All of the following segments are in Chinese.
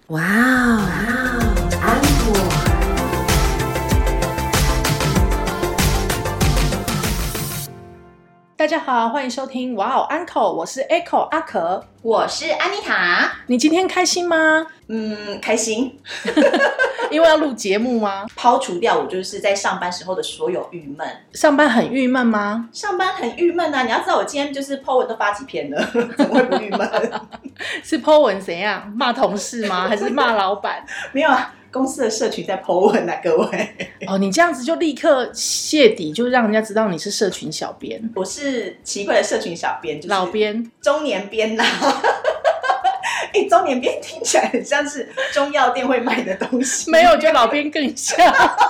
哇哦，安果。 大家好，欢迎收听哇哦 Uncle， 我是 Echo 阿可， 我是安妮塔。 你今天开心吗？ 开心， 因为要录节目吗？ 抛除掉我就是在上班时候的所有郁闷。 上班很郁闷吗？ 上班很郁闷啊！你要知道我今天就是 po 文都发几篇了，怎么会不郁闷？ 是 po 文怎样？骂同事吗？还是骂老板？ 没有啊，公司的社群在 po 文啊，各位。 哦，你这样子就立刻泄底，就让人家知道你是社群小编。 我是奇怪的社群小编，就是老编、 中年编呐。中年编听起来很像是中药店会卖的东西。 没有，我觉得老编更像。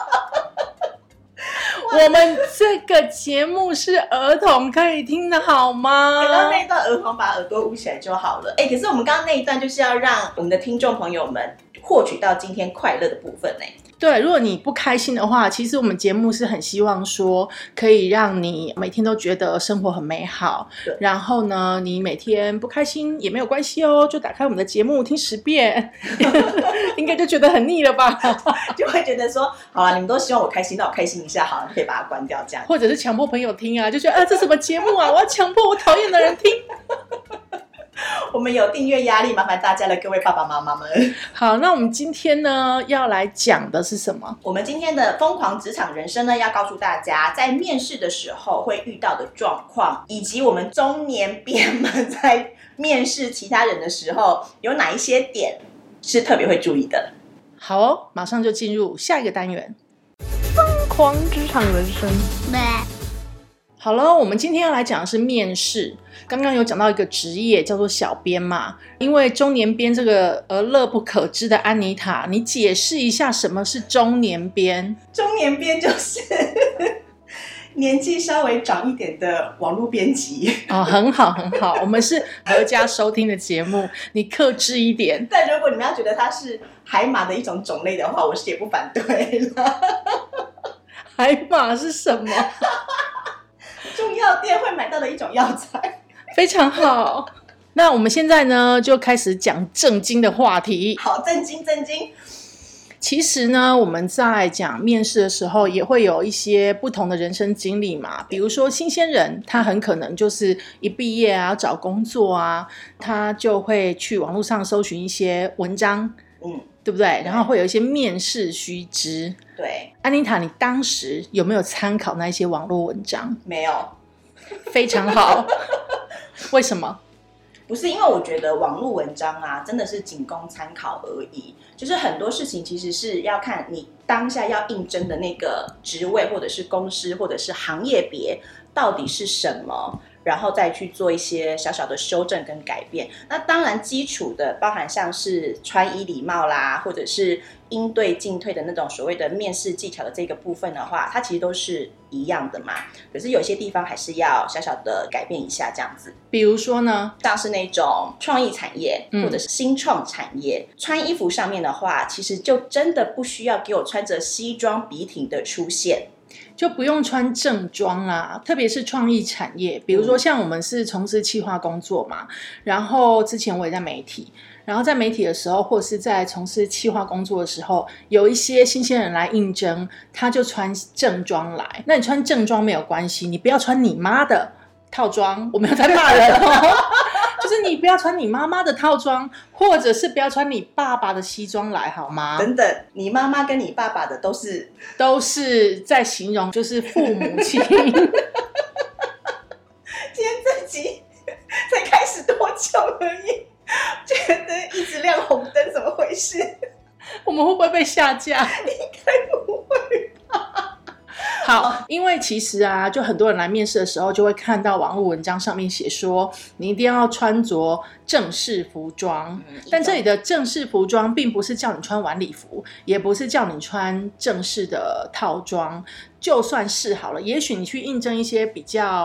我们这个节目是儿童可以听的好吗？ 刚刚那一段儿童把耳朵捂起来就好了。可是我们刚刚那一段就是要让我们的听众朋友们获取到今天快乐的部分呢。 对，如果你不开心的话，其实我们节目是很希望说可以让你每天都觉得生活很美好。然后呢，你每天不开心也没有关系哦，就打开我们的节目听10遍，应该就觉得很腻了吧？ 就会觉得说，好啦，你们都希望我开心，那我开心一下好了，可以把它关掉这样。 或者是强迫朋友听啊，就觉得这什么节目啊，我要强迫我讨厌的人听。 我们有订阅压力，麻烦大家了，各位爸爸妈妈们。 好，那我们今天呢要来讲的是什么？ 我们今天的疯狂职场人生呢，要告诉大家在面试的时候会遇到的状况，以及我们中年编们在面试其他人的时候有哪一些点是特别会注意的。 好哦，马上就进入下一个单元，疯狂职场人生。好了，我们今天要来讲的是面试。刚刚有讲到一个职业叫做小编嘛，因为中年编这个乐不可支的安妮塔，你解释一下什么是中年编？ 中年编就是年纪稍微长一点的网络编辑。 很好很好，我们是合家收听的节目，你克制一点。 但如果你们要觉得它是海马的一种种类的话，我是也不反对了。 海马是什么？ 中药店会买到的一种药材。 非常好。那我们现在呢就开始讲正经的话题。 好，正经。 其实呢，我们在讲面试的时候也会有一些不同的人生经历嘛，比如说新鲜人，他很可能就是一毕业啊找工作啊，他就会去网络上搜寻一些文章，对不对？然后会有一些面试须知。 对， 安妮塔，你当时有没有参考那一些网络文章？ 没有。 非常好。为什么？ 不是因为我觉得网络文章啊，真的是仅供参考而已。就是很多事情其实是要看你当下要应征的那个职位，或者是公司，或者是行业别到底是什么，然后再去做一些小小的修正跟改变。那当然基础的包含像是穿衣礼貌啦，或者是应对进退的那种所谓的面试技巧的这个部分的话，它其实都是一样的嘛。可是有些地方还是要小小的改变一下这样子。 比如说呢， 像是那种创意产业或者是新创产业，穿衣服上面的话，其实就真的不需要给我穿着西装笔挺的出现， 就不用穿正装啦，特别是创意产业，比如说像我们是从事企划工作嘛，然后之前我也在媒体，然后在媒体的时候或是在从事企划工作的时候，有一些新鲜人来应征，他就穿正装来。那你穿正装没有关系，你不要穿你妈的套装，我没有在骂人哦。就是你不要穿你妈妈的套装，或者是不要穿你爸爸的西装来好吗？ 等等，你妈妈跟你爸爸的都是在形容就是父母亲。 今天这集才开始多久而已，觉得一直亮红灯，怎么回事？ 我们会不会被下架？ 应该不会吧。 好，因为其实啊，就很多人来面试的时候，就会看到网络文章上面写说，你一定要穿着正式服装。但这里的正式服装，并不是叫你穿晚礼服，也不是叫你穿正式的套装。就算是好了，也许你去应征一些比较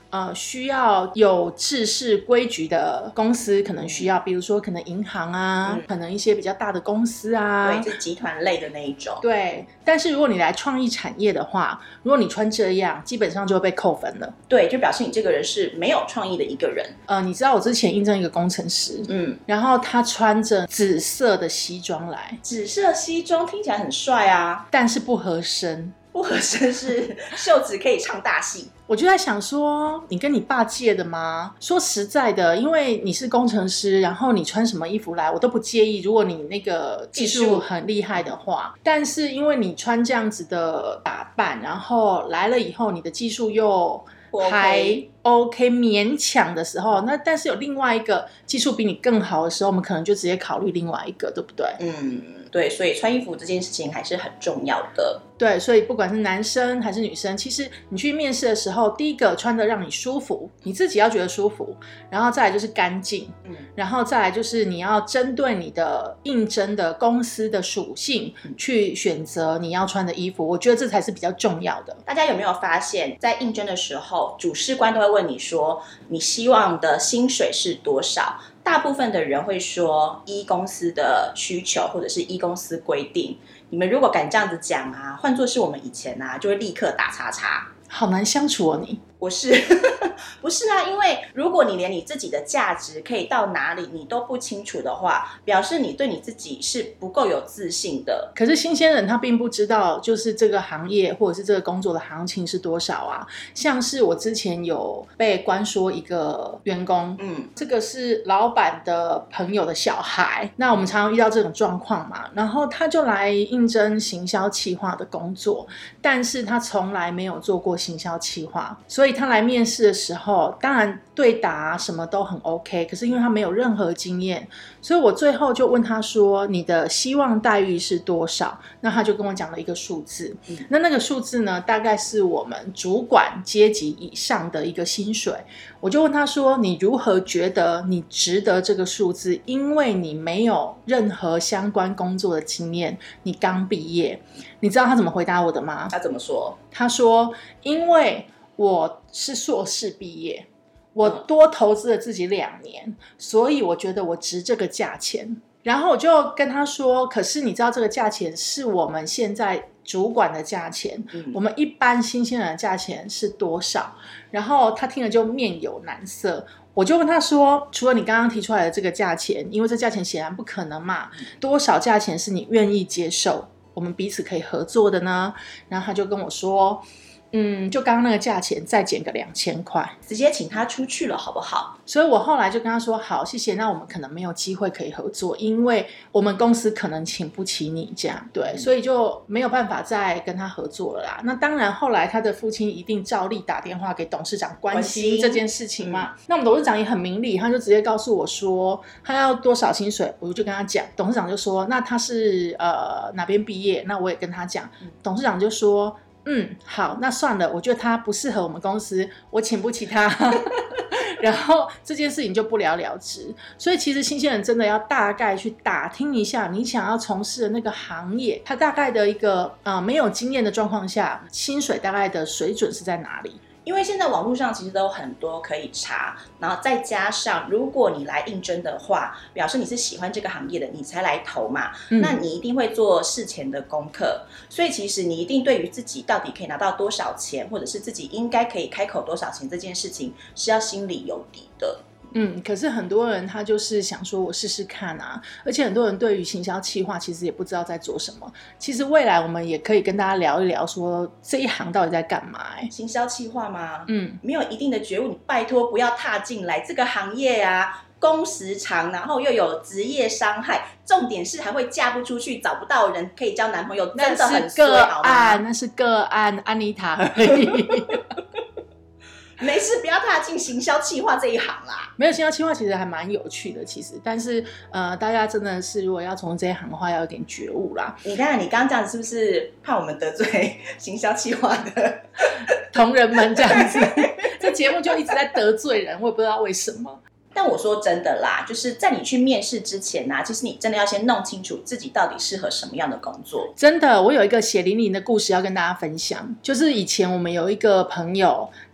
需要有制式规矩的公司可能需要，比如说可能银行啊，可能一些比较大的公司啊， 对，是集团类的那一种。 对，但是如果你来创意产业的话，如果你穿这样，基本上就会被扣分了。 对，就表示你这个人是没有创意的一个人。 你知道我之前应征一个工程师，然后他穿着紫色的西装来， 紫色西装听起来很帅啊， 但是不合身。 不合身是袖子可以唱大戏。 我就在想说，你跟你爸借的吗？说实在的，因为你是工程师，然后你穿什么衣服来，我都不介意。如果你那个技术很厉害的话，但是因为你穿这样子的打扮，然后来了以后，你的技术又还 OK 勉强的时候，那但是有另外一个技术比你更好的时候，我们可能就直接考虑另外一个，对不对？ 对，所以穿衣服这件事情还是很重要的。 对，所以不管是男生还是女生，其实你去面试的时候，第一个穿得让你舒服，你自己要觉得舒服，然后再来就是干净，然后再来就是你要针对你的应征的公司的属性去选择你要穿的衣服，我觉得这才是比较重要的。 大家有没有发现，在应征的时候，主试官都会问你说，你希望的薪水是多少？大部分的人会说依公司的需求或者是依公司规定。你们如果敢这样子讲啊，换作是我们以前啊，就会立刻打叉叉。 好难相处哦你。 不是不是啊，因为如果你连你自己的价值可以到哪里你都不清楚的话，表示你对你自己是不够有自信的。 可是新鲜人他并不知道就是这个行业或者是这个工作的行情是多少啊。像是我之前有被关说一个员工，这个是老板的朋友的小孩，那我们常常遇到这种状况嘛，然后他就来应征行销企划的工作，但是他从来没有做过行销企划，所以他来面试的时候，当然对答什么都很 OK， 可是因为他没有任何经验，所以我最后就问他说，你的希望待遇是多少？那他就跟我讲了一个数字，那个数字呢，大概是我们主管阶级以上的一个薪水。我就问他说，你如何觉得你值得这个数字？因为你没有任何相关工作的经验，你刚毕业。你知道他怎么回答我的吗？ 他怎么说？ 他说，因为我是硕士毕业，我多投资了自己2年，所以我觉得我值这个价钱。然后我就跟他说，可是你知道这个价钱是我们现在主管的价钱，我们一般新鲜人的价钱是多少？然后他听了就面有难色。我就问他说，除了你刚刚提出来的这个价钱，因为这价钱显然不可能嘛，多少价钱是你愿意接受，我们彼此可以合作的呢？然后他就跟我说，就刚刚那个价钱再减个2000块， 直接请他出去了好不好？ 所以我后来就跟他说，好，谢谢，那我们可能没有机会可以合作，因为我们公司可能请不起你这样，对，所以就没有办法再跟他合作了啦。那当然后来他的父亲一定照例打电话给董事长关心这件事情嘛，那我们董事长也很明理，他就直接告诉我说他要多少薪水，我就跟他讲，董事长就说那他是哪边毕业，那我也跟他讲，董事长就说好，那算了，我觉得他不适合我们公司，我请不起他然后这件事情就不了了之。所以其实新鲜人真的要大概去打听一下你想要从事的那个行业，它大概的一个没有经验的状况下，薪水大概的水准是在哪里。 因为现在网络上其实都有很多可以查，然后再加上如果你来应征的话，表示你是喜欢这个行业的，你才来投嘛，那你一定会做事前的功课，所以其实你一定对于自己到底可以拿到多少钱，或者是自己应该可以开口多少钱这件事情是要心里有底的。 可是很多人他就是想说我试试看啊，而且很多人对于行销企划其实也不知道在做什么。其实未来我们也可以跟大家聊一聊说这一行到底在干嘛。 行销企划吗？没有一定的觉悟，你拜托不要踏进来这个行业啊，工时长，然后又有职业伤害，重点是还会嫁不出去，找不到人可以交男朋友，真的很衰好吗？ 那是个案，安妮塔而已没事，不要踏进行销企划这一行啦。 没有，行销企划其实还蛮有趣的，其实，但是大家真的是如果要从这一行的话，要有点觉悟啦。 你看，你刚刚这样是不是怕我们得罪行销企划的同仁们这样子？这节目就一直在得罪人，我也不知道为什么。 但我说真的啦，就是在你去面试之前啊，其实你真的要先弄清楚自己到底适合什么样的工作。 真的，我有一个血淋淋的故事要跟大家分享，就是以前我们有一个朋友，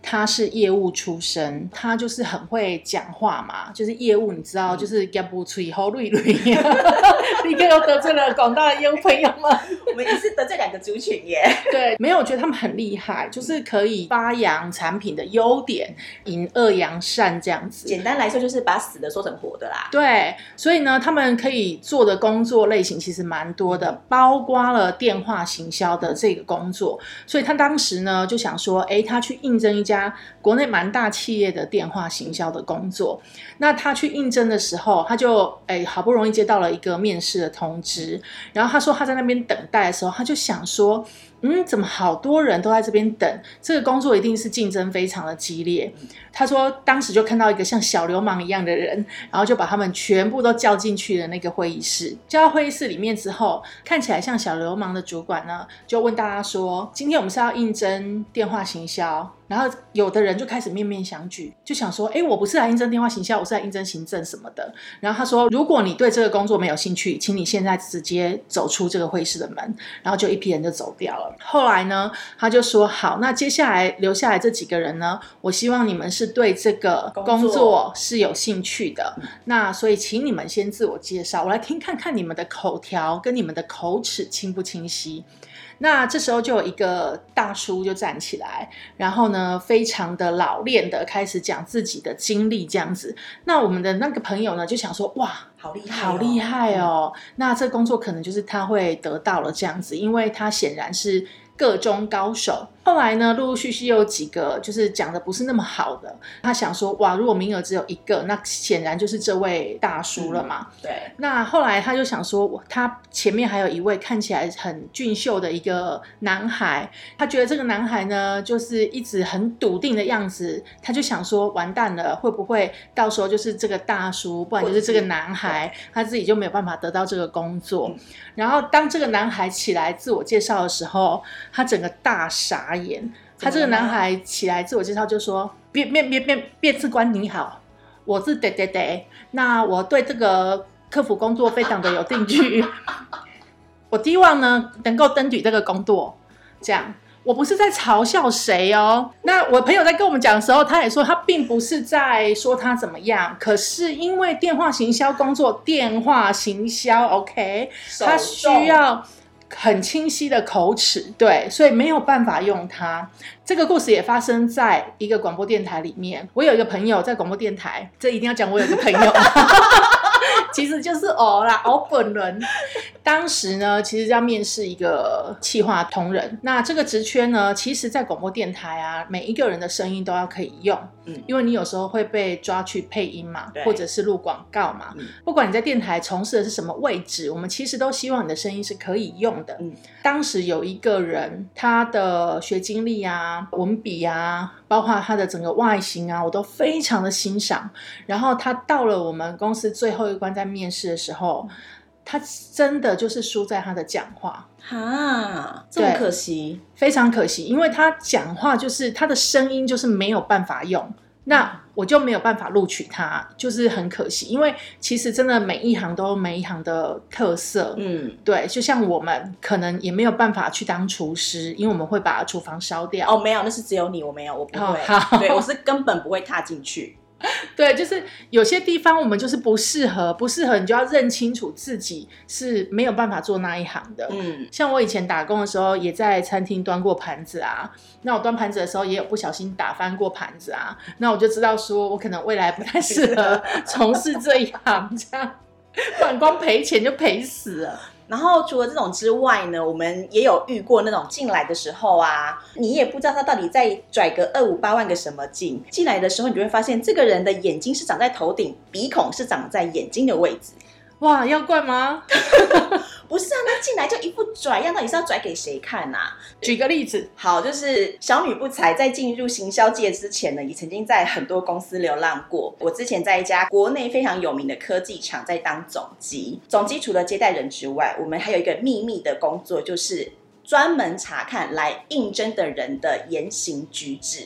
他是业务出身，他就是很会讲话嘛，就是业务你知道，就是夹不嘴好累累，立刻又得罪了广大的业务朋友们。 我们也是得罪2个族群耶。 对，没有，我觉得他们很厉害，就是可以发扬产品的优点，引恶扬善这样子。 简单来说，就是把死的说成活的啦。 对，所以呢，他们可以做的工作类型其实蛮多的，包括了电话行销的这个工作。所以他当时呢就想说，他去应征一家国内蛮大企业的电话行销的工作。那他去应征的时候，他就好不容易接到了一个面试的通知，然后他说他在那边等待的时候，他就想说，怎么好多人都在这边等？这个工作一定是竞争非常的激烈。他说当时就看到一个像小流氓一样的人，然后就把他们全部都叫进去了那个会议室。叫到会议室里面之后，看起来像小流氓的主管呢，就问大家说，今天我们是要应征电话行销。然后有的人就开始面面相觑，就想说，我不是来应征电话行销，我是来应征行政什么的。然后他说，如果你对这个工作没有兴趣，请你现在直接走出这个会议室的门。然后就一批人就走掉了。后来呢，他就说，好，那接下来留下来这几个人呢，我希望你们是对这个工作是有兴趣的。那所以请你们先自我介绍，我来听看看你们的口条跟你们的口齿清不清晰。那这时候就有一个大叔就站起来，然后呢非常的老练的开始讲自己的经历这样子。那我们的那个朋友呢就想说，哇， 好厉害哦， 好厉害哦，那这工作可能就是他会得到了这样子，因为他显然是个中高手。后来呢，陆陆续续有几个就是讲的不是那么好的，他想说，哇，如果名额只有一个，那显然就是这位大叔了嘛。 对。 那后来他就想说，他前面还有一位看起来很俊秀的一个男孩，他觉得这个男孩呢，就是一直很笃定的样子，他就想说，完蛋了，会不会到时候就是这个大叔，不然就是这个男孩，他自己就没有办法得到这个工作。然后当这个男孩起来自我介绍的时候，他整个大傻眼。他这个男孩起来自我介绍就说，面试官你好，我是那我对这个客服工作非常的有兴趣，我希望呢能够登举这个工作。这样，我不是在嘲笑谁哦。那我朋友在跟我们讲的时候，他也说他并不是在说他怎么样，可是因为电话行销工作，电话行销 OK， 他需要很清晰的口齿，对，所以没有办法用它。这个故事也发生在一个广播电台里面。我有一个朋友在广播电台，这一定要讲我有一个朋友其实就是我啦，我本人。当时呢，其实要面试一个企划同仁，那这个职缺呢，其实在广播电台啊，每一个人的声音都要可以用，因为你有时候会被抓去配音嘛，或者是录广告嘛，不管你在电台从事的是什么位置，我们其实都希望你的声音是可以用的。当时有一个人，他的学经历啊、文笔啊，包括他的整个外形啊，我都非常的欣赏。然后他到了我们公司最后一关，在面试的时候，他真的就是输在他的讲话。 哈，这么可惜， 非常可惜，因为他讲话就是他的声音就是没有办法用，那我就没有办法录取他，就是很可惜。因为其实真的每一行都有每一行的特色，对，就像我们可能也没有办法去当厨师，因为我们会把厨房烧掉。 哦，没有，那是只有你，我没有，我不会。对，我是根本不会踏进去。 对，就是有些地方我们就是不适合你就要认清楚自己是没有办法做那一行的。像我以前打工的时候也在餐厅端过盘子啊，那我端盘子的时候也有不小心打翻过盘子啊，那我就知道说我可能未来不太适合从事这一行，这样不然光赔钱就赔死了。 然后除了这种之外呢，我们也有遇过那种进来的时候啊，你也不知道他到底在拽个258万个什么劲。进来的时候，你就会发现这个人的眼睛是长在头顶，鼻孔是长在眼睛的位置。 哇，要怪吗？ 不是啊，那进来就一副拽样，到底是要拽给谁看啊？ 举个例子， 好，就是小女不才在进入行销界之前呢，也曾经在很多公司流浪过。我之前在一家国内非常有名的科技厂在当总机，总机除了接待人之外，我们还有一个秘密的工作，就是专门查看来应征的人的言行举止。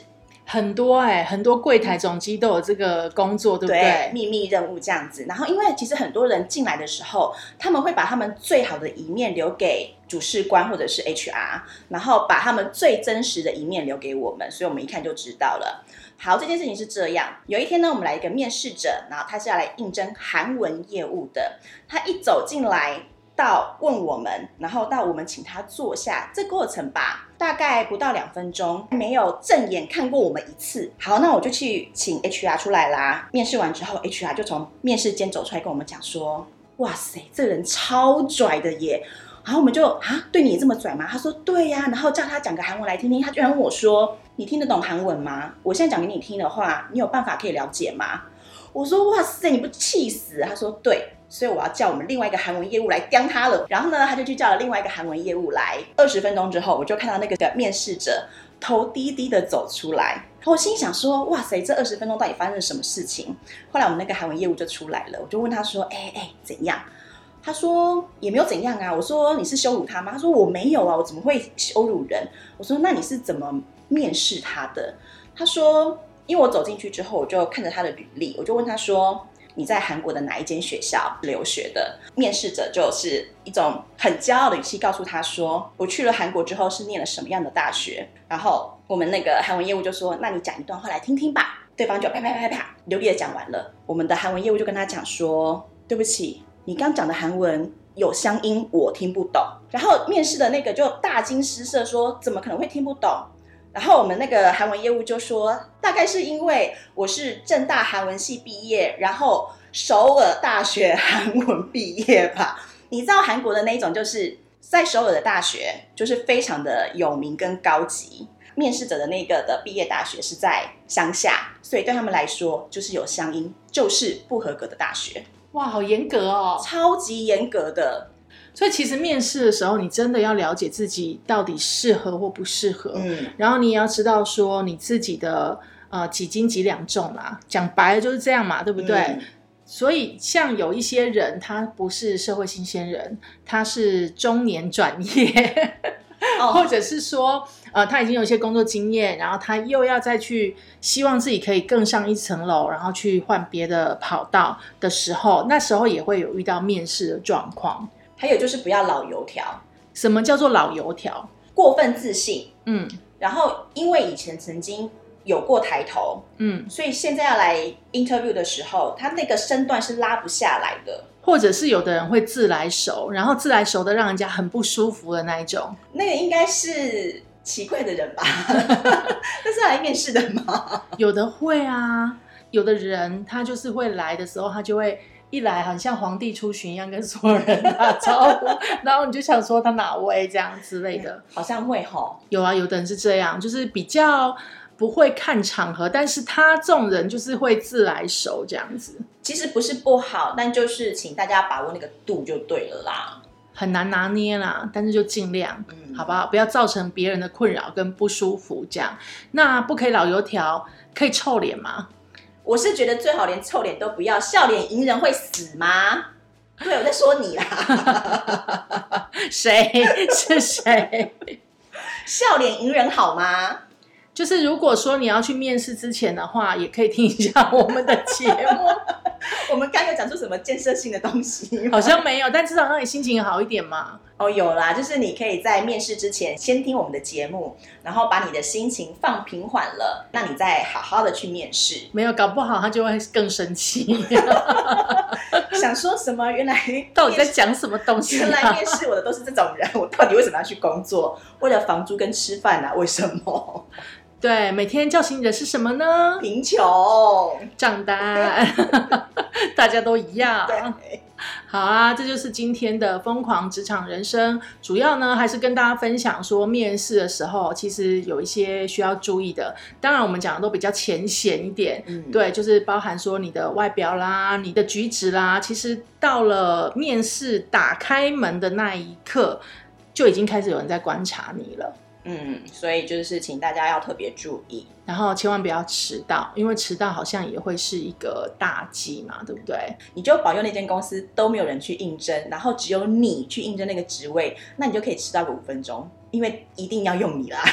很多很多柜台总机都有这个工作，对不对？ 秘密任务这样子。然后因为其实很多人进来的时候，他们会把他们最好的一面留给主事官或者是 HR， 然后把他们最真实的一面留给我们，所以我们一看就知道了。好，这件事情是这样。有一天呢，我们来一个面试者，然后他是要来应征韩文业务的。他一走进来到问我们，然后到我们请他坐下，这过程吧，大概不到2分钟，没有正眼看过我们一次。好，那我就去请 HR 出来啦。面试完之后 ，HR 就从面试间走出来跟我们讲说：“哇塞，这人超拽的耶！”然后我们就对你也这么拽吗？他说对呀，然后叫他讲个韩文来听听。他居然问我说：“你听得懂韩文吗？我现在讲给你听的话，你有办法可以了解吗？”我说：“哇塞，你不气死？”他说：“对。”所以我要叫我们另外一个韩文业务来刁他了。然后呢，他就去叫了另外一个韩文业务来。20分钟之后，我就看到那个面试者头低低的走出来。我心想说：“哇塞，这20分钟到底发生了什么事情？”后来我们那个韩文业务就出来了，我就问他说：“怎样？”他说：“也没有怎样啊。”我说：“你是羞辱他吗？”他说：“我没有啊，我怎么会羞辱人？”我说：“那你是怎么面试他的？”他说：“因为我走进去之后，我就看着他的履历，我就问他说：‘你在韩国的哪一间学校留学的？’面试者就是一种很骄傲的语气告诉他说：‘我去了韩国之后是念了什么样的大学。’然后我们那个韩文业务就说：‘那你讲一段话来听听吧。’对方就啪啪啪啪流利的讲完了。我们的韩文业务就跟他讲说：‘对不起，你刚讲的韩文有乡音，我听不懂。’然后面试的那个就大惊失色说：‘怎么可能会听不懂？’然后我们那个韩文业务就说，大概是因为我是政大韩文系毕业，然后首尔大学韩文毕业吧。你知道韩国的那一种，就是在首尔的大学就是非常的有名跟高级。面试者的那个的毕业大学是在乡下，所以对他们来说就是有乡音，就是不合格的大学。 哇，好严格哦， 超级严格的。 所以其实面试的时候，你真的要了解自己到底适合或不适合，然后你也要知道说你自己的几斤几两重啦，讲白了就是这样嘛，对不对？所以像有一些人，他不是社会新鲜人，他是中年转业，或者是说他已经有一些工作经验，然后他又要再去希望自己可以更上一层楼，然后去换别的跑道的时候，那时候也会有遇到面试的状况。 还有就是不要老油条。 什么叫做老油条？ 过分自信。然后因为以前曾经有过抬头，所以现在要来 interview 的时候，他那个身段是拉不下来的。 或者是有的人会自来熟，然后自来熟的让人家很不舒服的那一种。 那个应该是奇怪的人吧？那是来面试的吗？ 有的会啊，有的人他就是会来的时候，他就会一来很像皇帝出巡一样跟所有人打招呼，然后你就想说他哪位这样之类的。 好像会吼。 有啊，有的人是这样，就是比较不会看场合，但是他这种人就是会自来熟这样子。 其实不是不好，但就是请大家把握那个度就对了啦。 很难拿捏啦，但是就尽量，好不好？不要造成别人的困扰跟不舒服这样。那不可以老油条，可以臭脸吗？ 我是觉得最好连臭脸都不要，笑脸迎人会死吗？对，我在说你啦。 谁是谁？ 笑脸迎人好吗？ 就是如果说你要去面试之前的话，也可以听一下我们的节目。 我们刚有讲出什么建设性的东西？ 好像没有，但至少让你心情好一点嘛。 有啦，就是你可以在面试之前先听我们的节目，然后把你的心情放平缓了，那你再好好的去面试。 没有，搞不好他就会更生气。 想说什么？原来到底在讲什么东西？ 原来面试我的都是这种人，我到底为什么要去工作？为了房租跟吃饭啊？为什么？ 对，每天叫醒你的是什么呢？ 贫穷、 账单，大家都一样。好啊，这就是今天的疯狂职场人生。主要呢，还是跟大家分享说，面试的时候其实有一些需要注意的。当然，我们讲的都比较浅显一点，对，就是包含说你的外表啦、你的举止啦，其实到了面试打开门的那一刻，就已经开始有人在观察你了。 所以就是请大家要特别注意， 然后千万不要迟到，因为迟到好像也会是一个大忌嘛，对不对？ 你就保佑那间公司都没有人去应征，然后只有你去应征那个职位，那你就可以迟到个5分钟，因为一定要用你啦。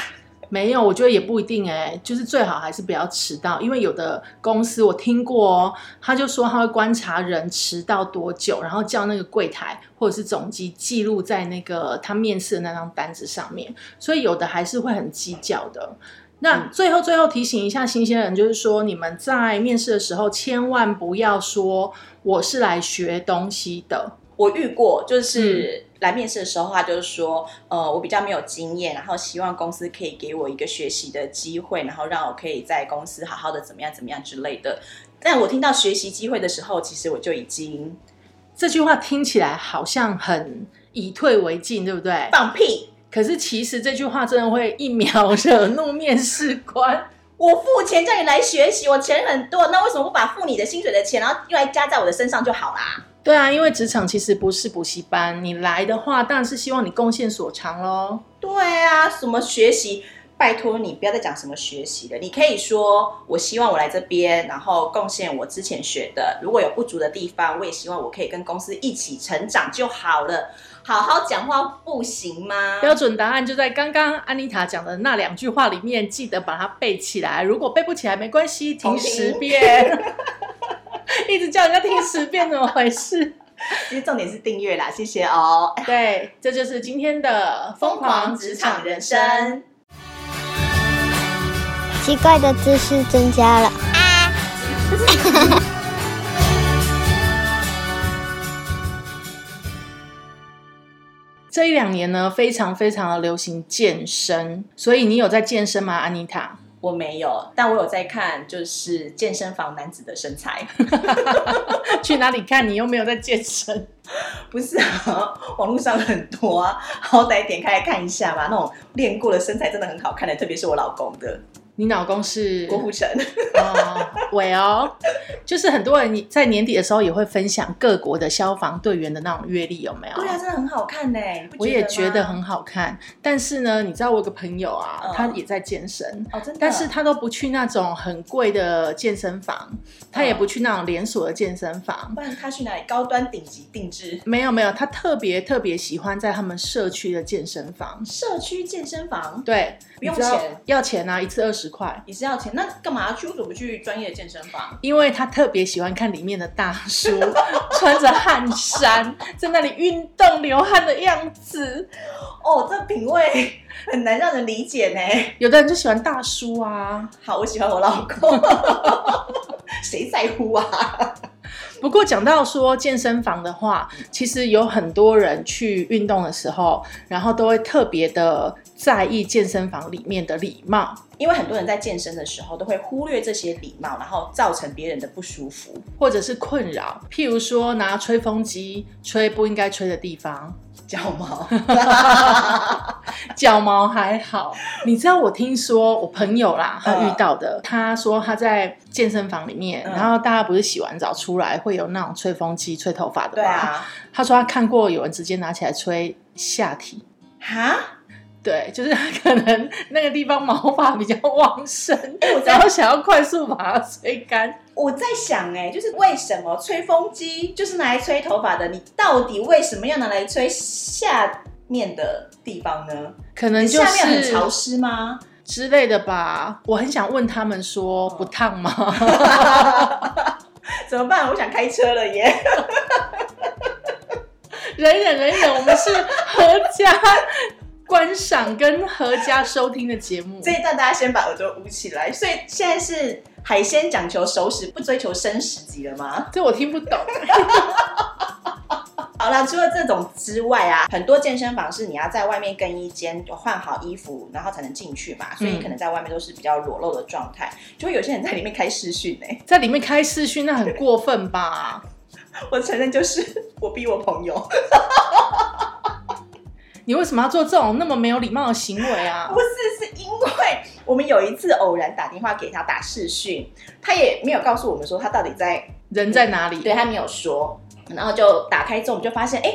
没有，我觉得也不一定就是最好还是不要迟到，因为有的公司我听过他就说他会观察人迟到多久，然后叫那个柜台或者是总机记录在那个他面试的那张单子上面，所以有的还是会很计较的。那最后提醒一下新鲜人，就是说你们在面试的时候千万不要说我是来学东西的。 我遇过，就是来面试的时候，他就是说，我比较没有经验，然后希望公司可以给我一个学习的机会，然后让我可以在公司好好的怎么样之类的。但我听到学习机会的时候，其实我就已经这句话听起来好像很以退为进，对不对？ 放屁！ 可是其实这句话真的会一秒惹怒面试官。 我付钱叫你来学习，我钱很多，那为什么不把付你的薪水的钱，然后用来加在我的身上就好啦？ 对啊，因为职场其实不是补习班，你来的话当然是希望你贡献所长咯。 对啊，什么学习？拜托你不要再讲什么学习了，你可以说我希望我来这边，然后贡献我之前学的，如果有不足的地方，我也希望我可以跟公司一起成长就好了。好好讲话不行吗？ 标准答案就在刚刚安妮塔讲的那2句话里面，记得把它背起来。如果背不起来没关系，听10遍。一直叫人家听10遍，怎么回事？ 其实重点是订阅啦，谢谢哦。 对，这就是今天的疯狂职场人生。 奇怪的知识增加了啊！ 这1-2年呢，非常非常的流行健身，所以你有在健身吗，安妮塔？ 我没有，但我有在看，就是健身房男子的身材。 去哪里看？你又没有在健身。 不是啊，网络上很多啊，好歹点开来看一下嘛。那种练过的身材真的很好看的，特别是我老公的。 你老公是郭富城 well， 就是很多人在年底的时候也会分享各国的消防队员的那种阅历，有没有？ 对啊，真的很好看呢。 我也觉得很好看，但是呢，你知道我有个朋友啊，他也在健身哦，真的， 但是他都不去那种很贵的健身房，他也不去那种连锁的健身房， 不然他去哪里？高端顶级定制？ 没有，他特别喜欢在他们社区的健身房。 社区健身房？ 对， 不用钱？ 要钱啊，一次20块。 也是要钱，那干嘛去？为什么不去专业的健身房？ 因为他特别喜欢看里面的大叔穿着汗衫在那里运动流汗的样子。 哦，这品味很难让人理解呢。 有的人就喜欢大叔啊。 好，我喜欢我老公。谁在乎啊？ 不过讲到说健身房的话，其实有很多人去运动的时候，然后都会特别的在意健身房里面的礼貌， 因为很多人在健身的时候都会忽略这些礼貌，然后造成别人的不舒服或者是困扰。譬如说拿吹风机吹不应该吹的地方， 脚毛。 脚毛还好。你知道我听说我朋友啦，他遇到的，他说他在健身房里面，然后大家不是洗完澡出来会有那种吹风机吹头发的吗？ 对啊。 他说他看过有人直接拿起来吹下体。 哈？ 对，就是他可能那个地方毛发比较旺盛，然后想要快速把它吹干。 我在想就是为什么吹风机就是拿来吹头发的，你到底为什么要拿来吹下面的地方呢？ 可能就是下面很潮湿吗之类的吧。我很想问他们说，不烫吗？ 怎么办？我想开车了耶。 忍忍，我们是合家观赏跟合家收听的节目。 这一段大家先把耳朵捂起来。所以现在是海鲜讲求熟食，不追求生食级了吗？ 这我听不懂。 好啦，除了这种之外啊，很多健身房是你要在外面更衣间换好衣服，然后才能进去嘛，所以你可能在外面都是比较裸露的状态，就会有些人在里面开视讯在里面开视讯那很过分吧？ 我承认，就是我逼我朋友。 你为什么要做这种那么没有礼貌的行为啊？ 不是，是因为我们有一次偶然打电话给他打视讯，他也没有告诉我们说他到底人在哪里，对，他没有说。然后就打开之后，我们就发现，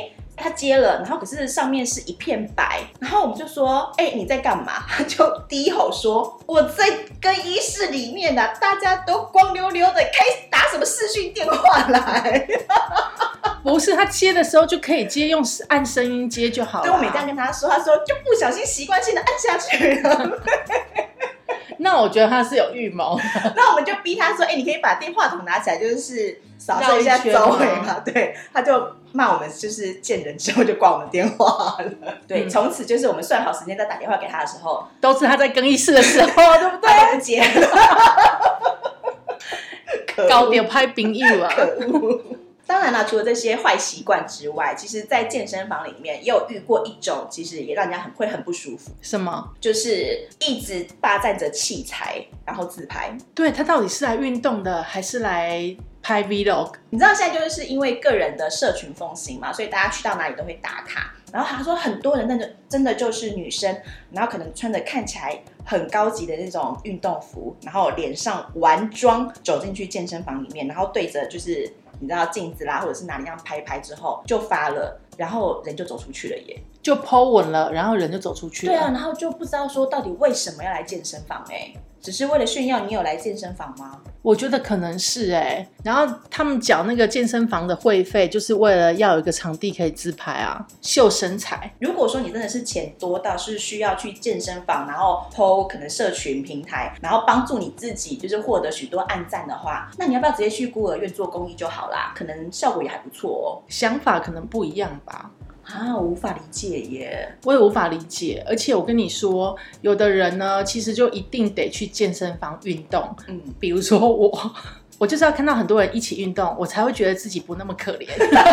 他接了，然后可是上面是一片白，然后我们就说，你在干嘛？他就低吼说，我在更衣室里面啊，大家都光溜溜的，开打什么视讯电话来？ 不是，他接的时候就可以接，用按声音接就好了。 对，我每这样跟他说，他说就不小心习惯性的按下去了。 那我觉得他是有预谋的。 那我们就逼他说，你可以把电话筒拿起来，就是扫射一下周围嘛。对，他就骂我们就是贱人，之后就挂我们电话了。对，从此就是我们算好时间再打电话给他的时候， 都是他在更衣室的时候，对不对？ 他都不接了。 高点拍朋友啊！ 可恶。当然啦，除了这些坏习惯之外，其实在健身房里面也有遇过一种，其实也让人家会很不舒服。 什么？ 就是一直霸占着器材，然后自拍。 对，他到底是来运动的，还是来拍 vlog？ 你知道现在就是因为个人的社群风行嘛，所以大家去到哪里都会打卡。然后他说很多人真的就是女生，然后可能穿着看起来很高级的那种运动服，然后脸上完妆走进去健身房里面，然后对着就是你知道镜子啦，或者是哪里样拍拍之后就发了，然后人就走出去了耶， 就 po 文了，然后人就走出去了。 对啊，然后就不知道说到底为什么要来健身房只是为了炫耀你有来健身房吗？ 我觉得可能是然后他们缴那个健身房的会费，就是为了要有一个场地可以自拍啊，秀身材。 如果说你真的是钱多到是需要去健身房，然后 po 可能社群平台，然后帮助你自己就是获得许多按赞的话，那你要不要直接去孤儿院做公益就好啦？可能效果也还不错哦。 想法可能不一样吧。 我无法理解耶。 我也无法理解，而且我跟你说，有的人呢，其实就一定得去健身房运动。比如说我就是要看到很多人一起运动，我才会觉得自己不那么可怜。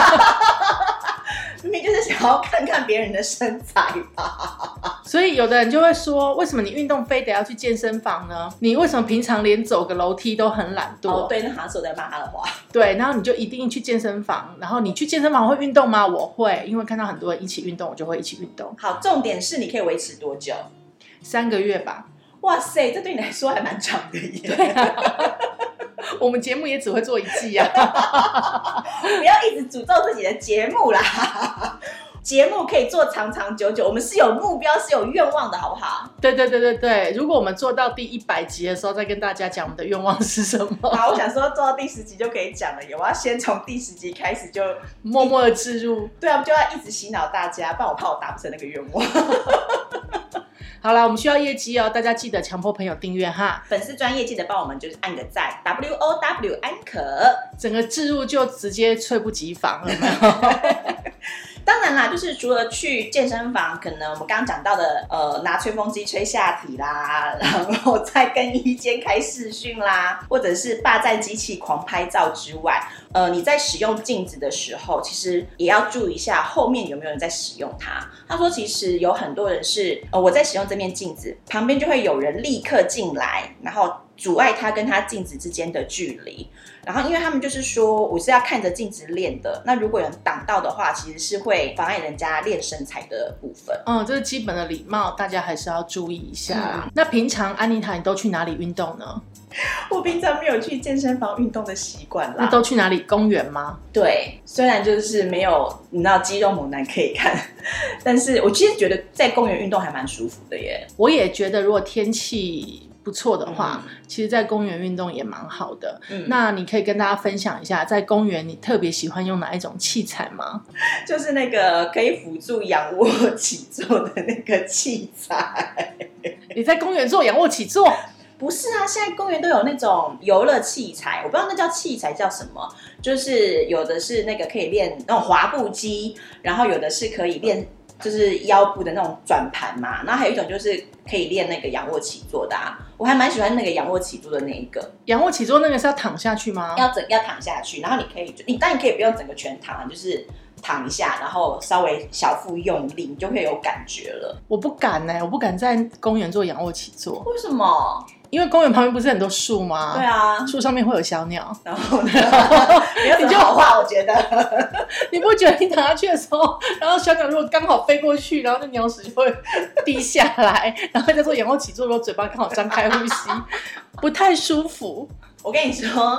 明明就是想要看看别人的身材吧。 所以有的人就会说，为什么你运动非得要去健身房呢？你为什么平常连走个楼梯都很懒惰？ 对，那好像是我在骂他的话。 对，然后你就一定去健身房，然后你去健身房会运动吗？我会，因为看到很多人一起运动，我就会一起运动。 好，重点是你可以维持多久 ？3个月吧。 哇塞，这对你来说还蛮长的耶。 对啊。我们节目也只会做1季啊。 不要一直诅咒自己的节目啦。节目可以做长长久久，我们是有目标是有愿望的好不好？ 对，如果我们做到第100集的时候再跟大家讲我们的愿望是什么。 好，我想说做到第10集就可以讲了耶，我要先从第10集开始就默默的置入。 对啊，就要一直洗脑大家，不然我怕我达不成那个愿望。 好啦，我们需要业绩哦，大家记得强迫朋友订阅哈。 粉丝专页记得帮我们就是按个赞 ，WOW 安可。 整个置入就直接猝不及防了，有没有？ 当然啦，就是除了去健身房，可能我们刚刚讲到的，拿吹风机吹下体啦，然后在更衣间开视讯啦，或者是霸占机器狂拍照之外，你在使用镜子的时候，其实也要注意一下后面有没有人在使用它。他说，其实有很多人是，我在使用这面镜子，旁边就会有人立刻进来，然后阻碍他跟他镜子之间的距离。然后因为他们就是说我是要看着镜子练的，那如果有人挡到的话，其实是会妨碍人家练身材的部分。 这是基本的礼貌，大家还是要注意一下。那平常安妮塔你都去哪里运动呢？ 我平常没有去健身房运动的习惯啦。 那都去哪里？公园吗？ 对，虽然就是没有你知道肌肉猛男可以看，但是我其实觉得在公园运动还蛮舒服的耶。 我也觉得如果天气不错的话，其实在公园运动也蛮好的。那你可以跟大家分享一下，在公园你特别喜欢用哪一种器材吗？ 就是那个可以辅助仰卧起坐的那个器材。 你在公园做仰卧起坐？ 不是啊，现在公园都有那种游乐器材，我不知道那叫器材叫什么，就是有的是那个可以练那种滑步机，然后有的是可以练就是腰部的那种转盘嘛，然后还有一种就是可以练那个仰卧起坐的啊，我还蛮喜欢那个仰卧起坐的那一个。 仰卧起坐那个是要躺下去吗？ 要躺下去，然后你当然可以不用整个全躺，就是躺一下，然后稍微小腹用力，你就会有感觉了。 我不敢我不敢在公园做仰卧起坐。 为什么？ 因为公园旁边不是很多树吗？ 对啊， 树上面会有小鸟。 然后呢？没有什么好话，我觉得。 你不觉得你躺下去的时候，然后小鸟如果刚好飞过去，然后那鸟屎就会滴下来，然后再做仰卧起坐，如果嘴巴刚好张开呼吸，不太舒服。 我跟你说，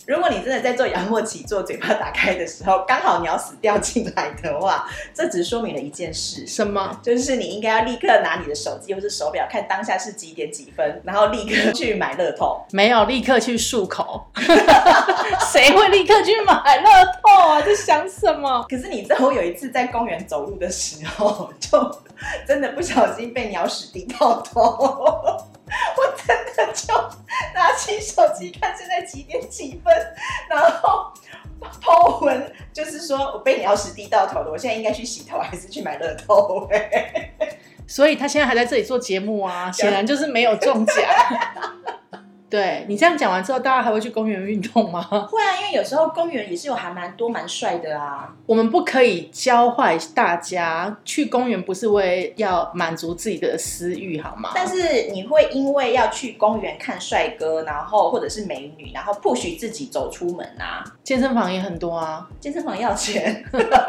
如果你真的在做仰卧起坐，嘴巴打开的时候，刚好鸟屎掉进来的话，这只说明了一件事， 什么？ 就是你应该要立刻拿你的手机或是手表，看当下是几点几分，然后立刻去买乐透。 没有，立刻去漱口。谁会立刻去买乐透啊？在想什么？ 可是你知道，我有一次在公园走路的时候，就真的不小心被鸟屎滴到头。我真的就拿起手机看现在几点几分，然后po文就是说我被鸟屎滴到头了，我现在应该去洗头还是去买乐透？ 所以他现在还在这里做节目啊，显然就是没有中奖。对，你这样讲完之后，大家还会去公园运动吗？ 会啊，因为有时候公园也是有还蛮多蛮帅的啊。 我们不可以教坏大家，去公园不是为要满足自己的私欲，好吗？ 但是你会因为要去公园看帅哥，然后或者是美女，然后 push 自己走出门啊。 健身房也很多啊， 健身房要钱。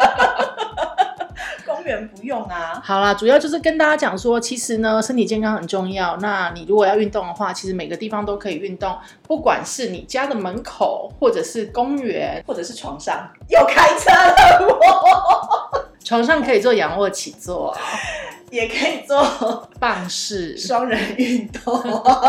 公园不用啊。 好啦，主要就是跟大家讲说，其实呢，身体健康很重要。那你如果要运动的话，其实每个地方都可以运动，不管是你家的门口，或者是公园， 或者是床上。又开车了我。 床上可以做仰卧起坐啊， 也可以做棒式双人运动。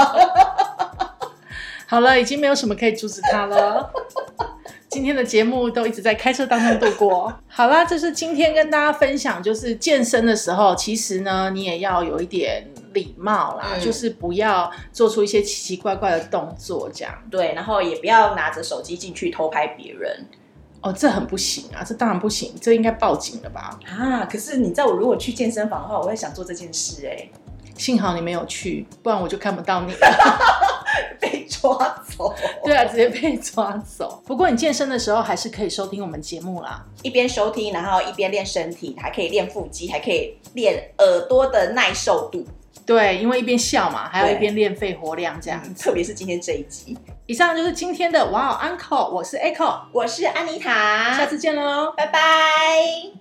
好了，已经没有什么可以阻止他了。今天的节目都一直在开车当中度过。好啦，这是今天跟大家分享，就是健身的时候，其实呢，你也要有一点礼貌啦，就是不要做出一些奇奇怪怪的动作，这样。 对，然后也不要拿着手机进去偷拍别人。 哦，这很不行啊，这当然不行，这应该报警了吧？ 啊，可是你知道我如果去健身房的话，我会想做这件事欸。 幸好你没有去，不然我就看不到你了。 被抓走。 对啊，直接被抓走。不过你健身的时候还是可以收听我们节目啦， 一边收听，然后一边练身体，还可以练腹肌，还可以练耳朵的耐受度。 对，因为一边笑嘛，还要一边练肺活量这样子。 特别是今天这一集。 以上就是今天的哇哦 Uncle， 我是 Echo， 我是安妮塔， 下次见喽， 拜拜。